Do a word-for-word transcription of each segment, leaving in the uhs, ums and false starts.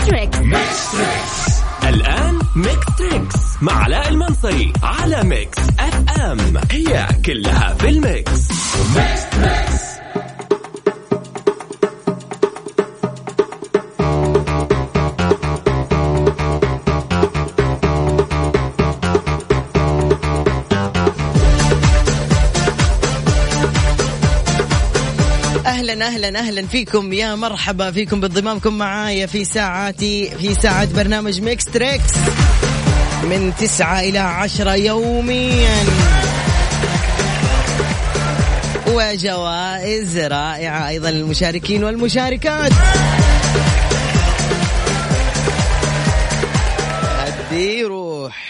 تريكس. ميكس تريكس الآن. ميكس تريكس مع علاء المنصري على ميكس اف ام. هي كلها في الميكس. ميكس تريكس. أهلا أهلا أهلا فيكم، يا مرحبا فيكم بانضمامكم معايا في ساعاتي في ساعة برنامج ميكس تريكس من تسعة إلى عشرة يوميا، وجوائز رائعة أيضا للمشاركين والمشاركات. هدي روح.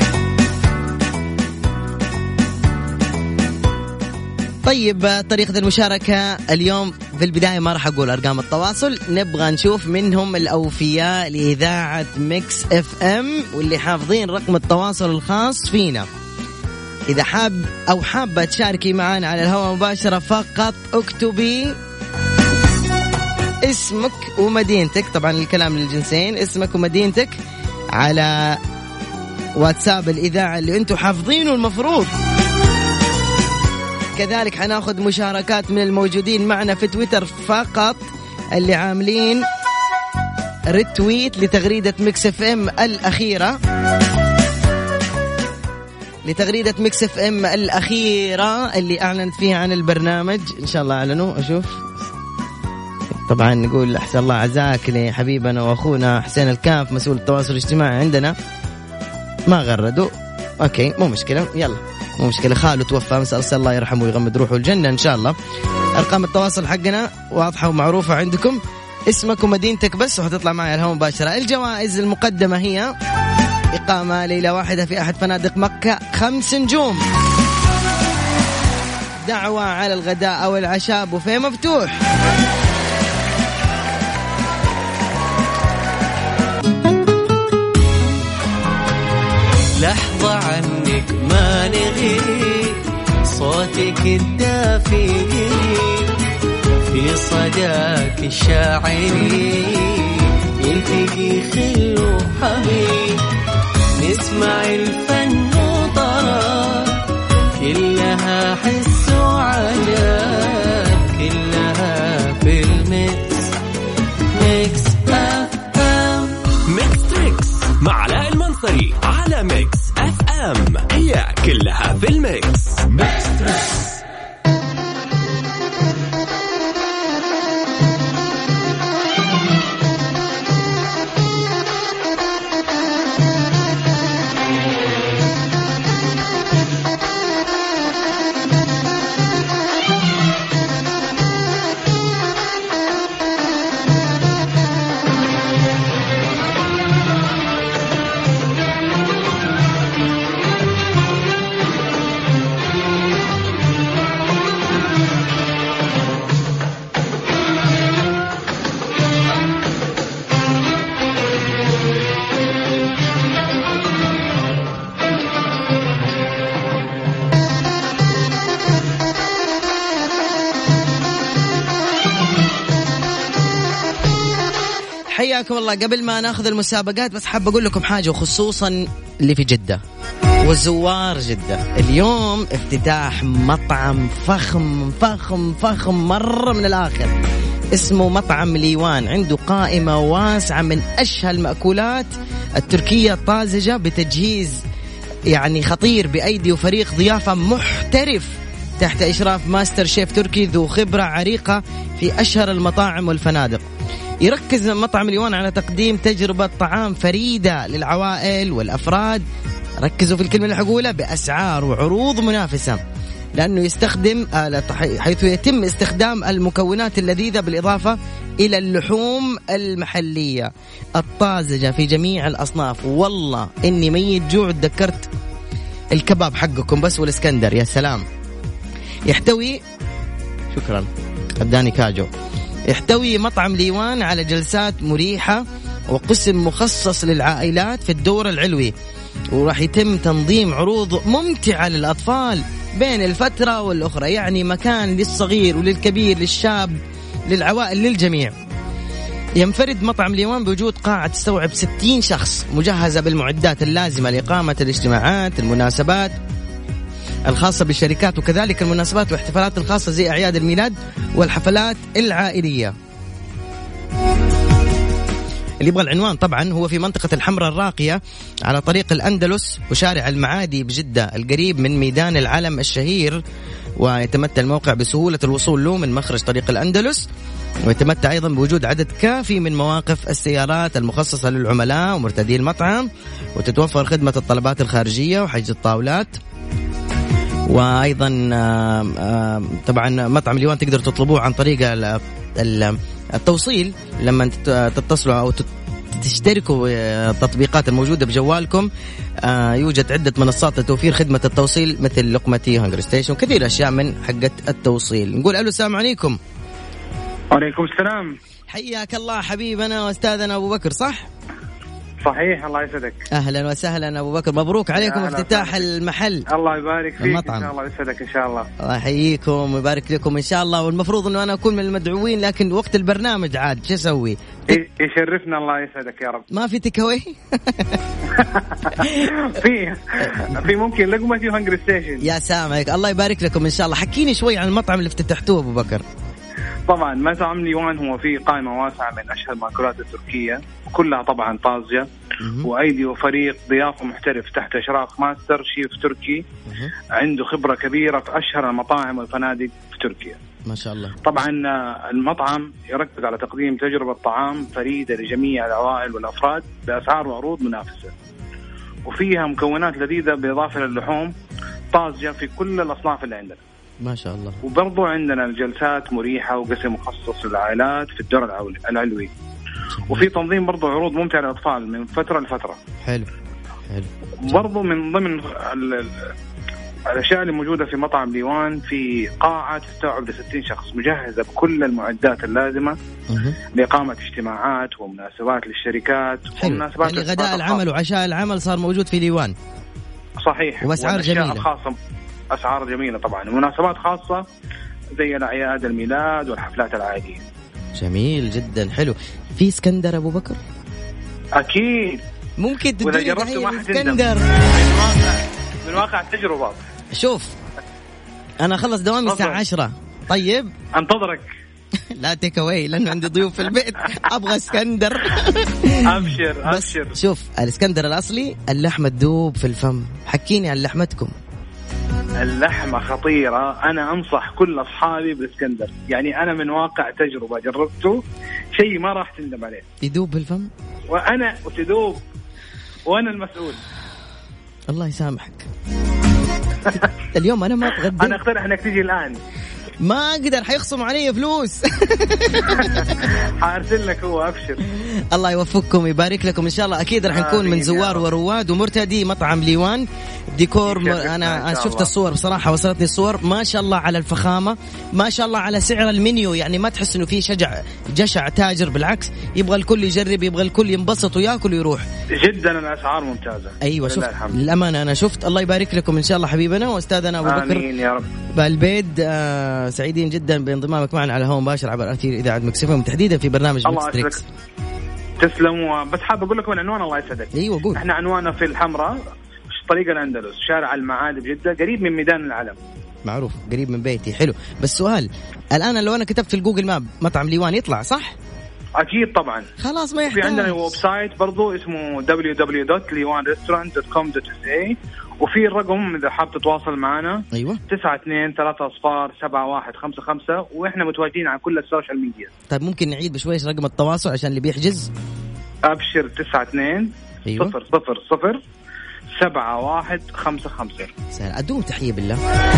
طيب، طريقة المشاركة اليوم في البداية ما راح أقول أرقام التواصل، نبغى نشوف منهم الأوفياء لإذاعة ميكس اف ام واللي حافظين رقم التواصل الخاص فينا. إذا حاب أو حابة تشاركي معنا على الهواء مباشرة فقط اكتبي اسمك ومدينتك، طبعا الكلام للجنسين، اسمك ومدينتك على واتساب الإذاعة اللي أنتوا حافظينه المفروض. كذلك حناخد مشاركات من الموجودين معنا في تويتر فقط، اللي عاملين ريتويت لتغريدة ميكس اف ام الأخيرة لتغريدة ميكس اف ام الأخيرة اللي أعلنت فيها عن البرنامج. إن شاء الله أعلنوا. أشوف طبعا نقول أحسن الله عزاك لحبيبنا وأخونا حسين الكاف مسؤول التواصل الاجتماعي عندنا، ما غردوا. أوكي مو مشكلة، يلا مو مشكلة، خاله توفى، مسأل الله يرحمه ويغمد روحه الجنة إن شاء الله. أرقام التواصل حقنا واضحة ومعروفة عندكم، اسمك ومدينتك بس وحتطلع معي الهواء مباشرة. الجوائز المقدمة هي إقامة ليلة واحدة في أحد فنادق مكة خمس نجوم، دعوة على الغداء أو العشاء بوفيه مفتوح، لحظة عنك ما نغيب، صوتك الدافي في صداك الشاعري، يلتقي خل وحبيب، نسمع الفن وطرب، كلها حس وعجب، كلها في الميكس. ميكس اف ام. ميكس تريكس مع علاء المنصري على ميكس اف ام. هي كلها في الميكس. ميكس تريكس. حياكم الله. قبل ما ناخذ المسابقات بس حاب أقول لكم حاجة، وخصوصا اللي في جدة وزوار جدة. اليوم افتتاح مطعم فخم فخم فخم مرة من الآخر، اسمه مطعم ليوان. عنده قائمة واسعة من أشهى المأكولات التركية الطازجة بتجهيز يعني خطير بأيدي وفريق ضيافة محترف تحت إشراف ماستر شيف تركي ذو خبرة عريقة في أشهر المطاعم والفنادق. يركز مطعم ليوان على تقديم تجربة طعام فريدة للعوائل والأفراد، ركزوا في الكلمة اللي حقولها، بأسعار وعروض منافسة، لأنه يستخدم حيث يتم استخدام المكونات اللذيذة بالإضافة إلى اللحوم المحلية الطازجة في جميع الأصناف. والله إني ميت جوع، تذكرت الكباب حقكم بس والإسكندر، يا سلام. يحتوي شكرا أبداني كاجو يحتوي مطعم ليوان على جلسات مريحة وقسم مخصص للعائلات في الدور العلوي، وراح يتم تنظيم عروض ممتعة للأطفال بين الفترة والأخرى، يعني مكان للصغير وللكبير للشاب للعوائل للجميع. ينفرد مطعم ليوان بوجود قاعة تستوعب ستين شخص مجهزة بالمعدات اللازمة لإقامة الاجتماعات، المناسبات الخاصة بالشركات، وكذلك المناسبات والاحتفالات الخاصة زي أعياد الميلاد والحفلات العائلية. اللي يبغى العنوان طبعا هو في منطقة الحمراء الراقية على طريق الأندلس وشارع المعادي بجدة القريب من ميدان العلم الشهير، ويتمتع الموقع بسهولة الوصول له من مخرج طريق الأندلس، ويتمتع أيضا بوجود عدد كافي من مواقف السيارات المخصصة للعملاء ومرتدي المطعم، وتتوفر خدمة الطلبات الخارجية وحجز الطاولات. وأيضا طبعا مطعم ليوان تقدر تطلبوه عن طريق التوصيل لما تتصلوا أو تشتركوا التطبيقات الموجودة بجوالكم. يوجد عدة منصات لتوفير خدمة التوصيل مثل لقمتي، هنجري ستيشن، وكثير أشياء من حقة التوصيل. نقول ألو، السلام عليكم. وعليكم السلام. حياك الله حبيبنا وأستاذنا أبو بكر، صح؟ صحيح، الله يسعدك. أهلا وسهلا أبو بكر، مبروك عليكم افتتاح المحل. الله يبارك فيك المطعم. إن شاء الله يسعدك إن شاء الله. الله يحييكم ويبارك لكم إن شاء الله. والمفروض أنه أنا أكون من المدعوين، لكن وقت البرنامج عاد شو أسوي؟ يشرفنا، الله يسعدك يا رب. ما في تكوي؟ في في ممكن لقمتي وهنجري ستيشن. يا سامعك، الله يبارك لكم إن شاء الله. حكيني شوي عن المطعم اللي افتتحتوه أبو بكر. طبعا مطعم ليوان هو في قائمة واسعة من أشهر المأكولات التركية، كلها طبعا طازجة، وأيدي وفريق ضيافة محترف تحت إشراف ماستر شيف تركي عنده خبرة كبيرة في أشهر المطاعم والفنادق في تركيا. ما شاء الله. طبعا المطعم يركز على تقديم تجربة طعام فريدة لجميع العوائل والأفراد بأسعار وعروض منافسة، وفيها مكونات لذيذة بالإضافة للحوم طازجة في كل الأصناف اللي عندنا. ما شاء الله. وبرضو عندنا الجلسات مريحة وقسم مخصص للعائلات في الدور العلوي، وفي تنظيم برضو عروض ممتعة للأطفال من فترة لفترة. حلو حلو. برضو من ضمن الأشياء اللي موجودة في مطعم ليوان في قاعة تستوعب لستين شخص مجهزة بكل المعدات اللازمة لإقامة اجتماعات ومناسبات للشركات ومناسبات يعني غداء العمل وعشاء العمل صار موجود في ليوان. صحيح. وأسعار جميلة. خاصة أسعار جميلة طبعا، مناسبات خاصة زي الأعياد الميلاد والحفلات العائلية. جميل جدا. حلو. في اسكندر أبو بكر؟ أكيد. ممكن تدوني دحين اسكندر من واقع التجربة. شوف أنا خلص دوامي الساعة عشرة. طيب انتظرك. لا تيك أواي لأنه عندي ضيوف في البيت. أبغى اسكندر. أبشر أبشر. شوف الاسكندر الأصلي اللحمة تذوب في الفم. حكيني عن لحمتكم. اللحمة خطيرة، أنا أنصح كل أصحابي بالاسكندر، يعني أنا من واقع تجربة جربته شيء ما راح تندم عليه. يذوب بالفم وأنا وتذوب وأنا المسؤول. الله يسامحك. اليوم أنا ما أتغدى. أنا أقترح أنك تيجي الآن. ما أقدر، حيخصم علي فلوس. حارسل لك هو. أبشر. الله يوفقكم ويبارك لكم إن شاء الله. أكيد رح نكون من زوار ورواد ومرتدي مطعم ليوان. ديكور م... أنا شفت الصور بصراحة، وصلتني الصور ما شاء الله على الفخامة، ما شاء الله على سعر المنيو، يعني ما تحس إنه في شجع جشع تاجر، بالعكس يبغى الكل يجرب، يبغى الكل ينبسط ويأكل ويروح. جدا الأسعار ممتازة. أيوة شفت للأمانة، أنا شفت. الله يبارك لكم إن شاء الله حبيبنا وأستاذنا أبو بكر. آمين يا رب. بالبيد آه سعيدين جدا بانضمامك معنا على هوا مباشر عبر أثير إذاعة مكس اف ام تحديدا في برنامج مكس تريكس. تسلم. بس حاب أقول لكم العنوان الله يسعدك. أيوة قول. إحنا عنواننا في الحمراء طريق الأندلس شارع المعادي بجدة قريب من ميدان العلم. معروف، قريب من بيتي. حلو. بس سؤال الآن لو أنا كتبت في الجوجل ماب مطعم ليوان يطلع صح؟ أكيد طبعا. خلاص ما يحتاج. في عندنا ويب سايت برضو اسمه دبليو دبليو دبليو دوت ليوان ريستورانت دوت كوم دوت اس اي، وفي الرقم إذا حاب تتواصل معنا. أيوة. تسعة اثنين ثلاثة أصفار سبعة واحد خمسة خمسة، وإحنا متواجدين على كل السوشيال ميديا. طيب ممكن نعيد بشويش رقم التواصل عشان اللي بيحجز؟ أبشر. تسعة اثنين أيوة. صفر صفر صفر سبعة واحد خمسة خمسة. أدوم تحية بالله.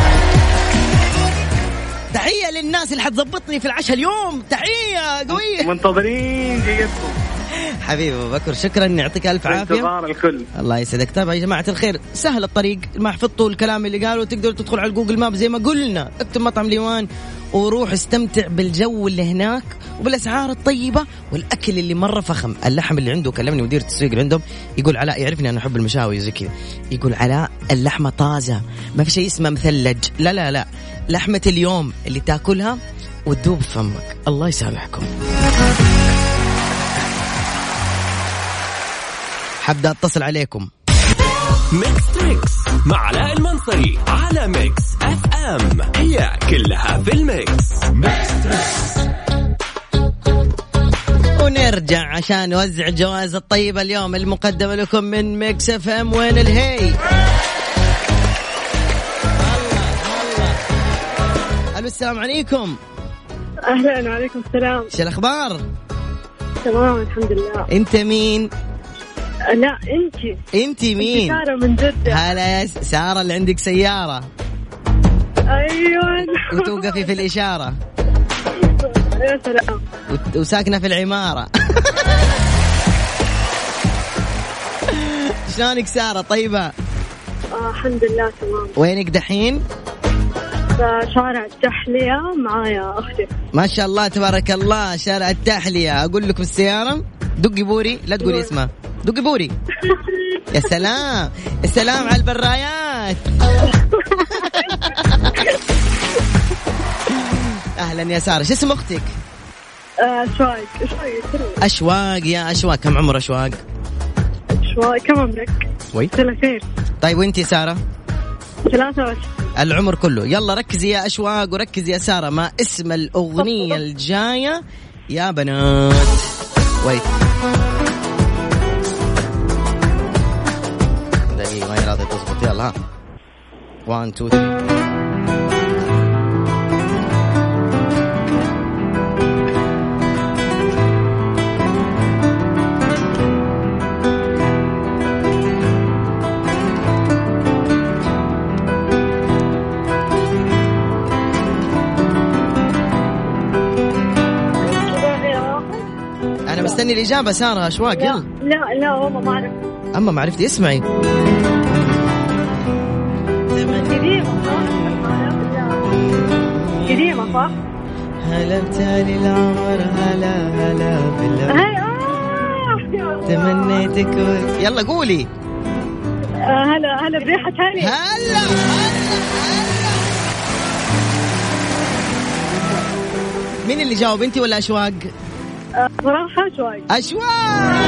تحية للناس اللي حتضبطني في العشاء اليوم. تحية قوية. منتظرين جيتكم حبيبي أبو بكر، شكرا، يعطيك ألف عافية. انتظار الكل. الله يسعدك. طبعا يا جماعة الخير سهل الطريق، ما حفظتوا الكلام اللي قالوا تقدروا تدخل على جوجل ماب زي ما قلنا، اكتب مطعم ليوان وروح استمتع بالجو اللي هناك وبالأسعار الطيبة والأكل اللي مرة فخم. اللحم اللي عنده، كلمني مدير التسويق اللي عندهم يقول علاء، يعرفني أنا أحب المشاوي زي كذا، يقول علاء اللحمة طازة، ما في شيء اسمه مثلج، لا لا لا، لحمة اليوم اللي تاكلها وتذوب فمك. الله يسامحكم. حبدأ أتصل عليكم. ميكس تريكس مع علاء المنصري على ميكس اف ام، هي كلها في الميكس. ميكس تريكس. ونرجع عشان نوزع الجوائز الطيبة اليوم المقدمة لكم من ميكس اف ام. وين الهي؟ الله الله. الو السلام عليكم. أهلا. وعليكم السلام. شو الأخبار؟ تمام الحمد لله. أنت مين؟ لا أنت. أنت مين؟ سارة من جدة. هلا يا سارة اللي عندك سيارة. أيوة. وتوقفي في الإشارة. يا سلام. وساكنة في العمارة. شلونك سارة؟ طيبة؟ آه الحمد لله تمام. وينك دحين؟ شارع التحلية معايا أختي. ما شاء الله تبارك الله. شارع التحلية. أقول لكم السيارة دقي بوري، لا تقولي اسمها، دقي بوري. يا سلام يا سلام على البرايات. أهلا يا سارة. شو اسم أختك؟ أشواق. أشواق. أشواق. يا أشواق كم عمر أشواق؟ أشواق كم عمرك؟ وي ثلاثين. طيب وانتي سارة؟ ثلاثة وعشرين. العمر كله. يلا ركزي يا أشواق وركزي يا سارة، ما اسم الأغنية الجاية يا بنات؟ وي دقيقة ما يراضي تظبط. يلا ها واحد اثنين ثلاثة. مستني الإجابة سارة. أشواق لا يلا. لا لا والله ما أعرف. أما ما عرفتي اسمعي. قديمة صح؟ قديمة صح؟ هلا بتالي العمر هلا هلا بالله. هاي آه. تمنيتك و... يلا قولي. هلا هلا بريحة تاني. هلا هلا. مين اللي جاوب، انتي ولا أشواق؟ صراحة أشواق. أشواق.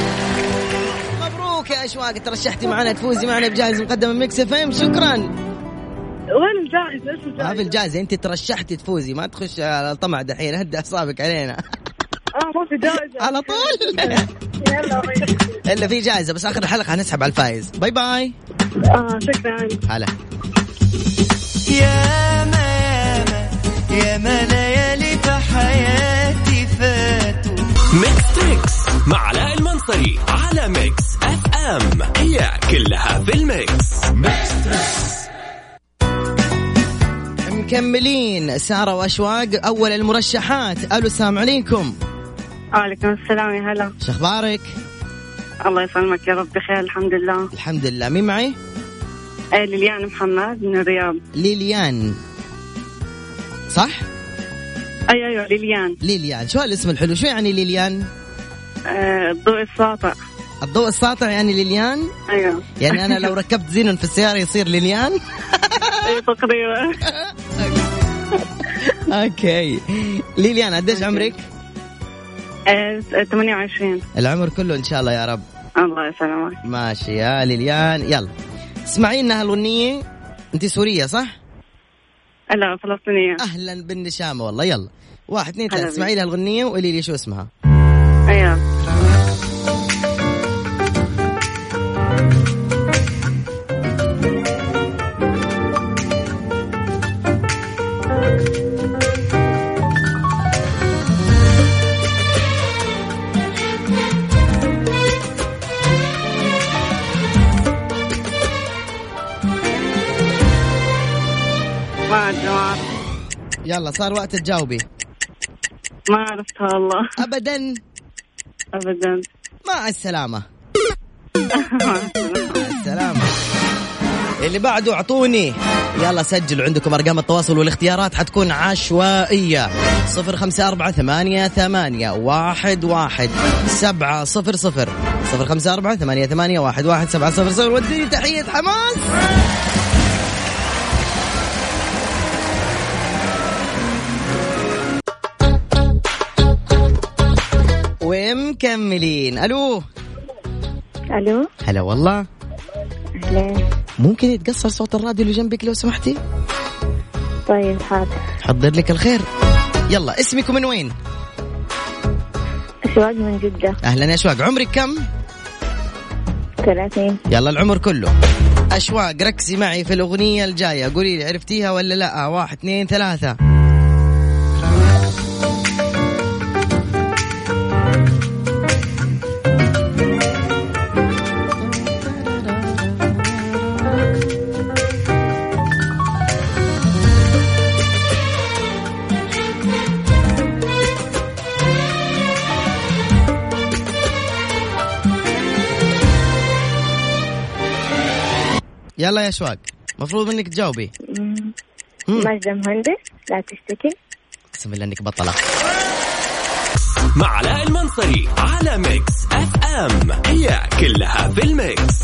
مبروك يا أشواق، ترشحتي معنا تفوزي معنا بجائزة مقدمة من ميكس اف ام. شكرا. وين الجائزة؟ ايش الجائزة؟ ما في الجائزة، انت ترشحتي تفوزي، ما تخش على الطمع دحين. هدي أعصابك علينا. اه ما في جائزة على طول. يلا إلا في جائزة بس آخر الحلقة هنسحب على الفائز. باي باي. اه شكرا. هلا. يا ما يا ما ليالي في حياتي فاتوا. ميكس تريكس مع علاء المنصري على ميكس اف ام، هي كلها في الميكس. ميكس تريكس. مكملين سارة وأشواق أول المرشحات. ألو السلام عليكم. وعليكم السلام. يا هلا. شو أخبارك؟ الله يسلمك يا رب بخير الحمد لله. الحمد لله. مين معي؟ آه ليليان محمد من الرياض. ليليان صح؟ أيوة أيوة ليليان. ليليان. شو هالاسم الحلو؟ شو يعني ليليان؟ آه الضوء الساطع. الضوء الساطع يعني ليليان؟ أيوة. يعني أنا لو ركبت زينون في السيارة يصير ليليان؟ أي تقريبا. أوكي ليليان قديش عمرك؟ ثمانية وعشرين. العمر كله إن شاء الله يا رب. الله يسلمك. ماشي يا ليليان. يلا اسمعي لنا هالغنية. أنت سورية صح؟ لا فلسطينية. أهلا بالنشامة والله. يلا واحد اثنين ثلاثة اسمعي لها الغنية وقولي لي شو اسمها. أيوة. يلا صار وقت تجاوبي. ما عرفتها والله. أبدا أبدا. مع السلامة. مع السلامة. اللي بعده اعطوني. يلا سجلوا عندكم أرقام التواصل والاختيارات حتكون عشوائية. صفر خمسة أربعة ثمانية ثمانية واحد واحد سبعة صفر صفر صفر خمسة أربعة ثمانية ثمانية واحد واحد سبعة صفر صفر. وديني تحية حماس. ومكملين. ألو الو. هلا والله. اهلا. ممكن يتقصر صوت الراديو اللي جنبك لو سمحتي؟ طيب حاضر. حضر لك الخير. يلا اسمك ومن وين؟ أشواق من جدة. أهلا يا أشواق، عمرك كم؟ ثلاثين. يلا العمر كله. أشواق ركزي معي في الأغنية الجاية، قولي لي عرفتيها ولا لا. واحد اثنين ثلاثة. يلا يا أشواق، مفروض منك تجاوبي. ماجدة مهندس، لا تشتكي. اقسم بالله انك بطلة. مع علاء المنصري على ميكس اف ام، هي كلها في الميكس.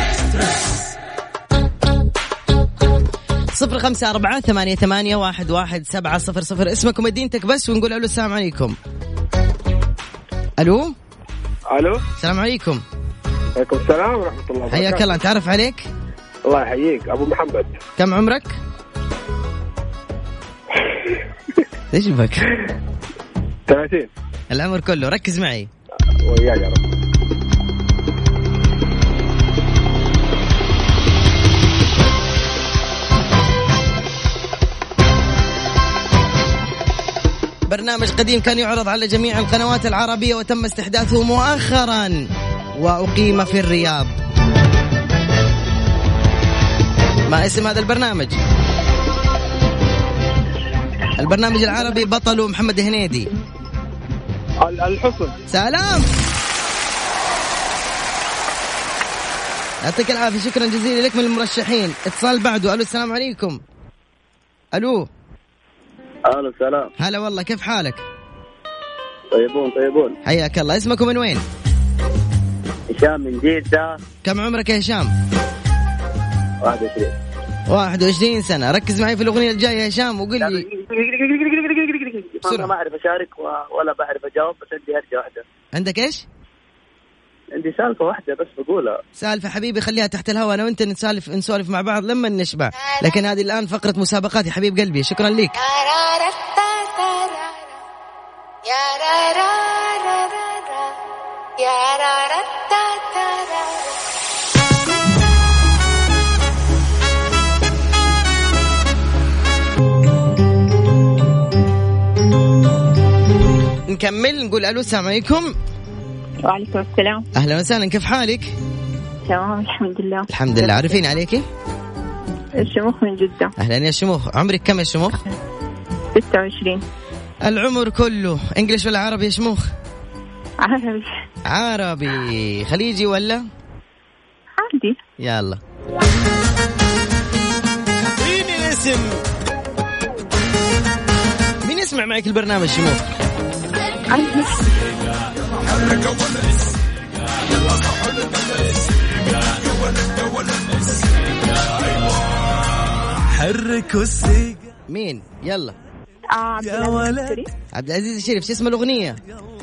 صفر خمسة أربعة ثمانية ثمانية واحد واحد سبعة صفر صفر. اسمك ومدينتك بس ونقول ألو. السلام عليكم. ألو. ألو. السلام عليكم. عليكم السلام ورحمة الله وبركاته. حياك الله، نتعرف عليك. الله يحييك. أبو محمد. كم عمرك؟ ايش بك؟ ثلاثين. العمر كله. ركز معي. وياك يا رب. برنامج قديم كان يعرض على جميع القنوات العربية وتم استحداثه مؤخرا وأقيم في الرياض. ما اسم هذا البرنامج؟ البرنامج العربي بطله محمد هنيدي. الحصن. سلام، يعطيك العافية، شكرا جزيلا لك. من المرشحين. اتصال بعده. ألو السلام عليكم. ألو. ألو السلام. هلا والله، كيف حالك؟ طيبون طيبون. حياك الله. اسمكم من وين؟ هشام من جدة. كم عمرك يا هشام؟ واحد وعشرين. واحد وعشرين سنة. ركز معي في الأغنية الجاية يا هشام وقل لي. ما ما أعرف أشارك ولا بعرف أجاوب، بس عندي هرجة واحدة. عندك إيش؟ عندي سالفة واحدة بس بقولها. سالفة حبيبي، خليها تحت الهواء، أنا وأنت نسالف نسولف مع بعض لما نشبع. لكن هذه الآن فقرة مسابقات يا حبيب قلبي. شكرا لك. نكمل نقول ألو. السلام عليكم. وعليكم السلام. أهلا وسهلا، كيف حالك؟ تمام الحمد لله. الحمد لله. عارفين عليكي؟ الشموخ من جدة. أهلا يا شموخ، عمرك كم يا شموخ؟ ستة وعشرين. العمر كله. إنجليش ولا عربي يا شموخ؟ عربي. عربي. خليجي ولا؟ عادي. يلا مين اسم مين يسمع معك البرنامج شموخ؟ عادي. حرك السيق. مين؟ يلا. آه عبد العزيز الشريف. عبد العزيز الشريف. شو اسم الأغنية؟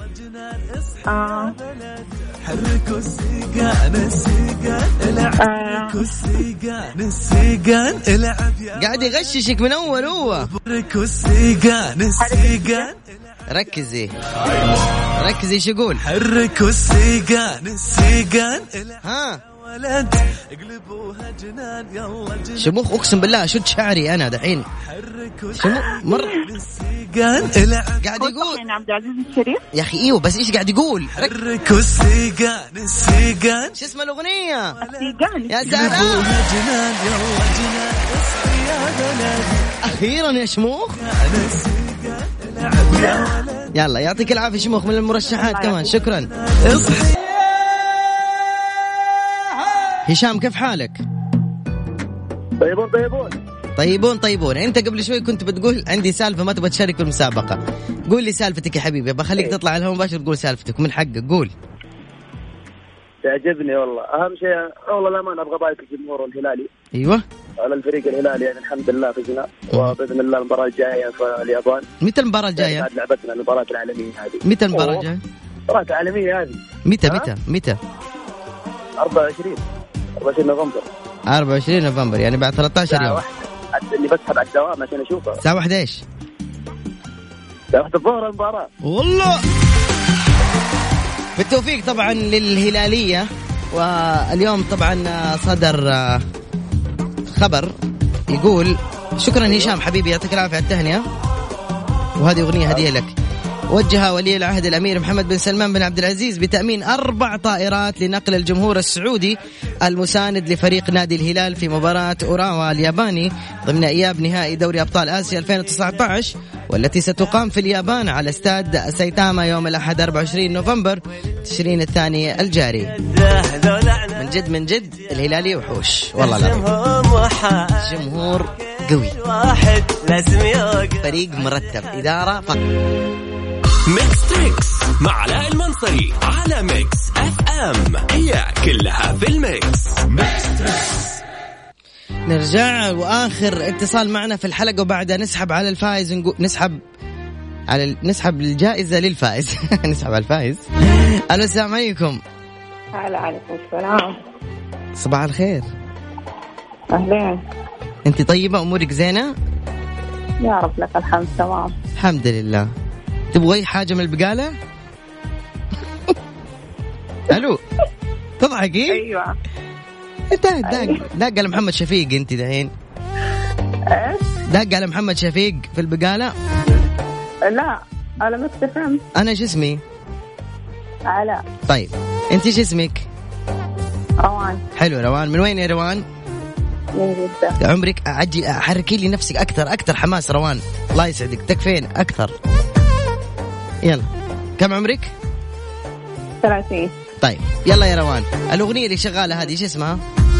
آه حرك السيقان السيقان العب السيقان السيقان العب قاعد يغششك من أول هو. حرك السيقان السيقان. ركزي ركزي شو يقول. حرك السيقان السيقان. ها ولد اقلبوها جنان يلا جنان. شموخ اقسم بالله شد شعري انا دحين. شموخ مر قاعد يقول عبد العزيز الشريف يا اخي. ايوه بس ايش قاعد يقول؟ حرك السيقان السيقان. شو اسم الاغنيه؟ السيقان. يا سلام جنان يلا جنان. اصحي يا بلدي اخيرا يا شموخ. يلا يعطيك العافيه شموخ، من المرشحات كمان. شكرا. اصحي. هشام كيف حالك؟ طيبون طيبون طيبون طيبون. انت قبل شوي كنت بتقول عندي سالفه ما تبغى تشارك بالمسابقه. قول لي سالفتك يا حبيبي، بخليك تطلع على الهواء مباشر تقول سالفتك، من حقك قول. تعجبني والله. اهم شيء والله لا ما ابغى بايك الجمهور الهلالي. ايوه على الفريق الهلالي يعني الحمد لله فزنا، وباذن الله المباراه الجايه في اليابان. متى المباراه الجايه؟ بعد لعبتنا المباراه العالميه هذه. متى المباراه الجايه؟ المباراه العالميه هذه متى متى متى؟ أربعة وعشرين أربعة وعشرين نوفمبر. أربعة وعشرين نوفمبر يعني بعد ثلاثة عشر يوم. اللي بسحب على الدوام عشان أشوفها. الساعة واحدة إيش؟ الساعة واحدة الظهر المباراة. والله. بالتوفيق طبعا للهلالية. واليوم طبعا صدر خبر يقول شكرا هشام حبيبي يعطيك العافية على التهنئة، وهذه أغنية هدية لك. وجه ولي العهد الأمير محمد بن سلمان بن عبد العزيز بتأمين أربع طائرات لنقل الجمهور السعودي المساند لفريق نادي الهلال في مباراة أوراوا الياباني ضمن إياب نهائي دوري أبطال آسيا ألفين وتسعة عشر، والتي ستقام في اليابان على استاد سايتاما يوم الأحد أربعة وعشرين نوفمبر تشرين الثاني الجاري. من جد من جد الهلالي وحوش والله لا، جمهور قوي، فريق مرتب، إدارة فقط. ميكس تريكس مع علاء المنصري على ميكس اف ام، هي كلها في الميكس. ميكس تريكس. نرجع واخر اتصال معنا في الحلقه، وبعدها نسحب على الفائز ونقول نسحب على نسحب الجائزه للفائز. نسحب على الفائز. الو السلام عليكم. عليكم السلام. صباح الخير. اهلين. انت طيبه؟ امورك زينه؟ يا رب لك الحمد تمام الحمد لله. تبغي حاجة من البقالة؟ ألو تضحكي؟ أيوة. داق داق داق على محمد شفيق أنت دحين. إيش؟ داق على محمد شفيق في البقالة؟ لا أنا مستفهم. أنا شو اسمي؟ علاء. طيب أنت شو اسمك؟ روان. حلو روان، من وين يا روان؟ من جدة. عمرك أعجي حركي لي نفسك أكثر أكثر حماس روان، الله يسعدك. تكفين أكثر. يلا كم عمرك؟ ثلاثين. طيب يلا يا روان، الأغنية اللي شغالة هذه شو اسمها؟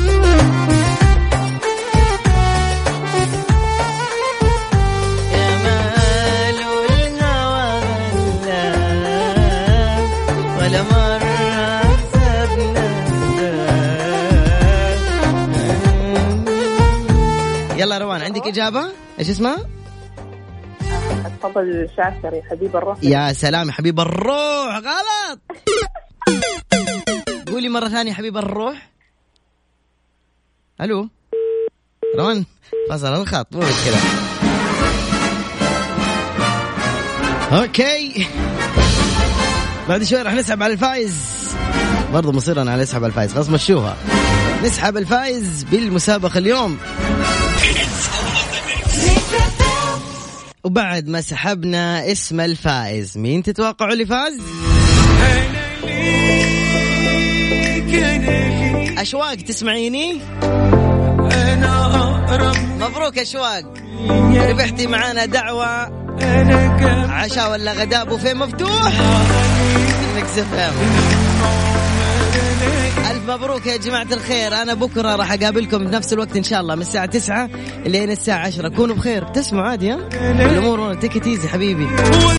ولا مرة يلا روان عندك إجابة؟ إيش اسمها؟ تفضل شاكر حبيب الروح. يا سلام حبيب الروح. غلط. قولي مرة ثانية حبيب الروح. ألو روان فصل الخط مو مشكلة. أوكي بعد شوي راح نسحب على الفائز، برضو مصيرا على نسحب على الفائز، خلاص مشوها. نسحب الفائز بالمسابقة اليوم. وبعد ما سحبنا اسم الفائز، مين تتوقعوا اللي فاز؟ أشواق تسمعيني؟ مبروك أشواق، ربحتي معانا دعوة عشاء ولا غداء بوفيه مفتوح. ميكس اف ام. ألف مبروك يا جماعة الخير. أنا بكرة راح أقابلكم بنفس الوقت إن شاء الله من الساعة تسعة لين الساعة عشرة. كونوا بخير، تسمعوا عادي ها؟ الأمور تيك إت إيزي حبيبي.